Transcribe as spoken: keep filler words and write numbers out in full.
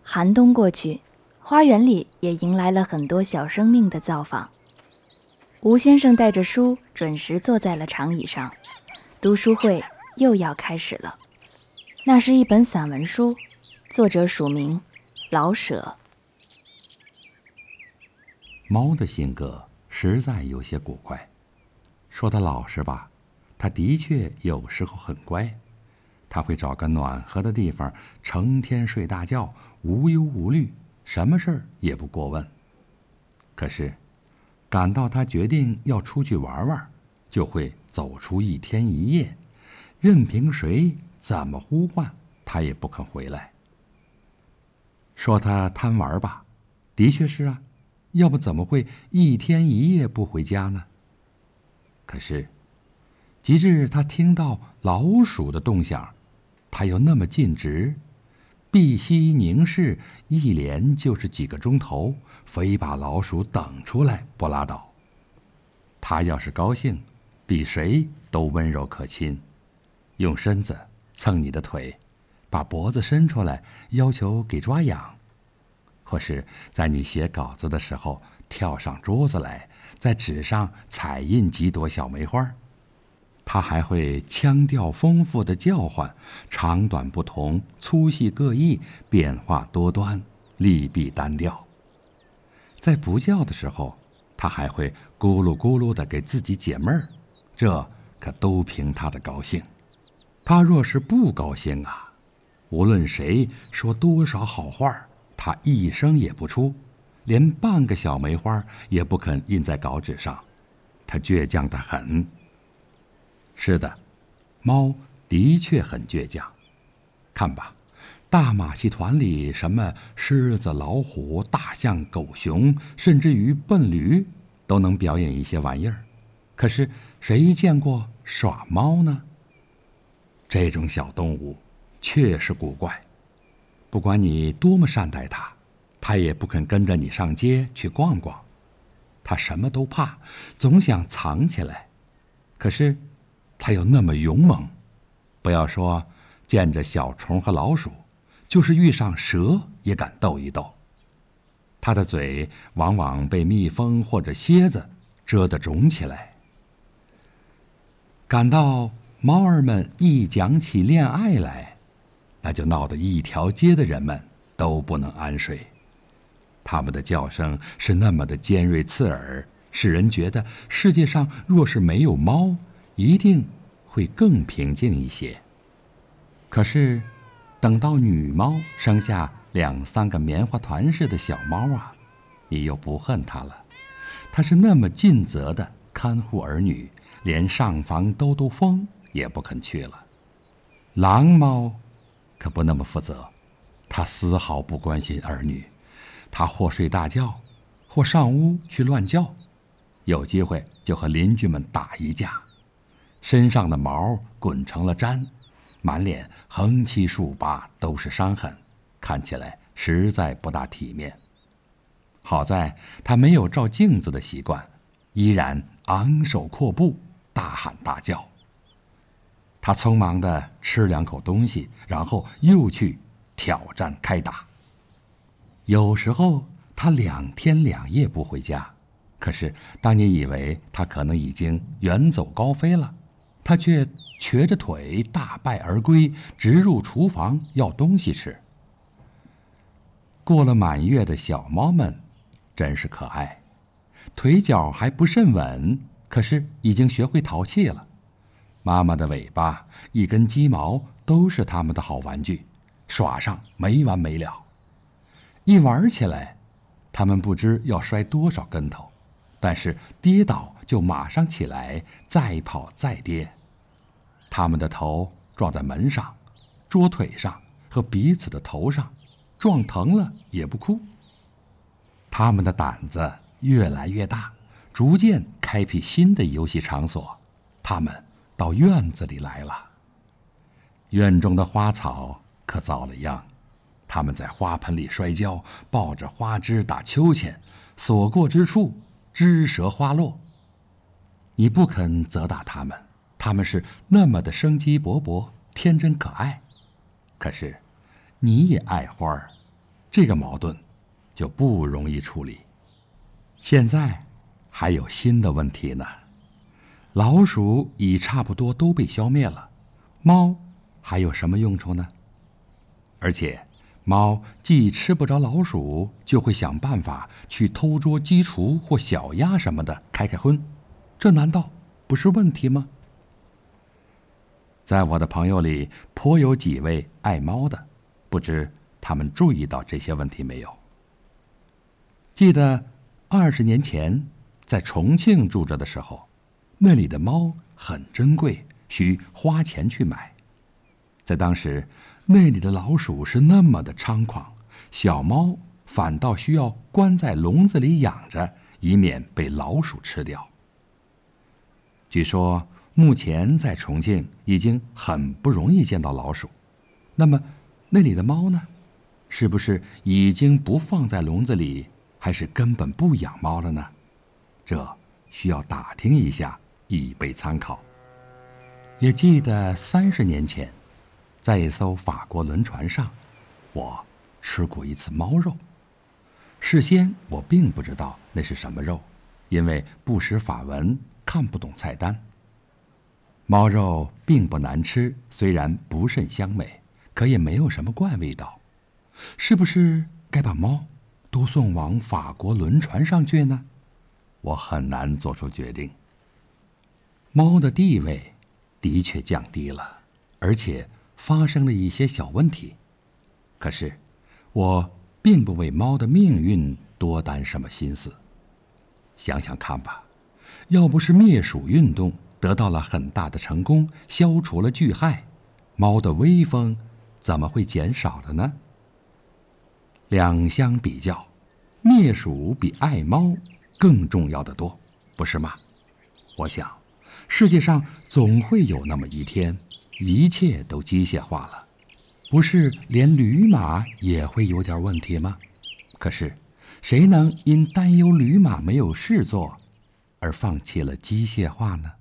寒冬过去，花园里也迎来了很多小生命的造访。吴先生带着书准时坐在了长椅上，读书会又要开始了。那是一本散文书，作者署名老舍。 猫的性格实在有些古怪，说它老实吧，它的确有时候很乖。它会找个暖和的地方，成天睡大觉，无忧无虑，什么事儿也不过问。可是赶到它决定要出去玩玩，就会走出一天一夜，任凭谁怎么呼唤，它也不肯回来。说它贪玩吧，的确是啊，要不怎么会一天一夜不回家呢？可是及至他听到老鼠的动响，他又那么尽职，闭息凝视，一连就是几个钟头，非把老鼠等出来不拉倒。他要是高兴，比谁都温柔可亲，用身子蹭你的腿，把脖子伸出来要求给抓痒，或是在你写稿子的时候跳上桌子来，在纸上彩印几朵小梅花。他还会腔调丰富的叫唤，长短不同，粗细各异，变化多端，利弊单调。在不叫的时候，他还会咕噜咕噜地给自己解闷儿，这可都凭他的高兴。他若是不高兴啊，无论谁说多少好话，他一声也不出，连半个小梅花也不肯印在稿纸上。他倔强得很。是的，猫的确很倔强。看吧，大马戏团里什么狮子、老虎、大象、狗熊，甚至于笨驴，都能表演一些玩意儿。可是谁见过耍猫呢？这种小动物确实古怪，不管你多么善待它，它也不肯跟着你上街去逛逛。它什么都怕，总想藏起来。可是它又那么勇猛，不要说见着小虫和老鼠，就是遇上蛇也敢斗一斗。它的嘴往往被蜜蜂或者蝎子蛰得肿起来。感到猫儿们一讲起恋爱来，那就闹得一条街的人们都不能安睡。它们的叫声是那么的尖锐刺耳，使人觉得世界上若是没有猫，一定会更平静一些。可是等到女猫生下两三个棉花团似的小猫啊，你又不恨它了。它是那么尽责的看护儿女，连上房兜兜风也不肯去了。狼猫可不那么负责，它丝毫不关心儿女，它或睡大觉，或上屋去乱叫，有机会就和邻居们打一架，身上的毛滚成了毡，满脸横七竖八都是伤痕，看起来实在不大体面。好在他没有照镜子的习惯，依然昂首阔步，大喊大叫。他匆忙地吃两口东西，然后又去挑战开打。有时候他两天两夜不回家，可是当你以为他可能已经远走高飞了，他却瘸着腿大败而归，直入厨房要东西吃。过了满月的小猫们真是可爱，腿脚还不甚稳，可是已经学会淘气了。妈妈的尾巴、一根鸡毛都是它们的好玩具，耍上没完没了。一玩起来，它们不知要摔多少跟头，但是跌倒就马上起来，再跑再跌。它们的头撞在门上、桌腿上和彼此的头上，撞疼了也不哭。它们的胆子越来越大，逐渐开辟新的游戏场所。它们到院子里来了。院中的花草可遭了殃，它们在花盆里摔跤，抱着花枝打秋千，所过之处枝折花落。你不肯责打它们，它们是那么的生机勃勃，天真可爱。可是你也爱花儿， 这个矛盾就不容易处理。现在还有新的问题呢，老鼠已差不多都被消灭了，猫还有什么用处呢？而且猫既吃不着老鼠，就会想办法去偷捉鸡雏或小鸭什么的开开荤，这难道不是问题吗？在我的朋友里颇有几位爱猫的，不知他们注意到这些问题没有？记得二十年前在重庆住着的时候，那里的猫很珍贵，需花钱去买。在当时，那里的老鼠是那么的猖狂，小猫反倒需要关在笼子里养着，以免被老鼠吃掉。据说目前在重庆已经很不容易见到老鼠，那么那里的猫呢？是不是已经不放在笼子里，还是根本不养猫了呢？这需要打听一下，以备参考。也记得三十年前，在一艘法国轮船上，我吃过一次猫肉。事先我并不知道那是什么肉，因为不识法文，看不懂菜单。猫肉并不难吃，虽然不甚香美，可也没有什么怪味道。是不是该把猫都送往法国轮船上去呢？我很难做出决定。猫的地位的确降低了，而且发生了一些小问题。可是我并不为猫的命运多担什么心思。想想看吧，要不是灭鼠运动得到了很大的成功，消除了巨害，猫的威风怎么会减少的呢？两相比较，灭鼠比爱猫更重要的多，不是吗？我想，世界上总会有那么一天，一切都机械化了，不是连驴马也会有点问题吗？可是，谁能因担忧驴马没有事做，而放弃了机械化呢？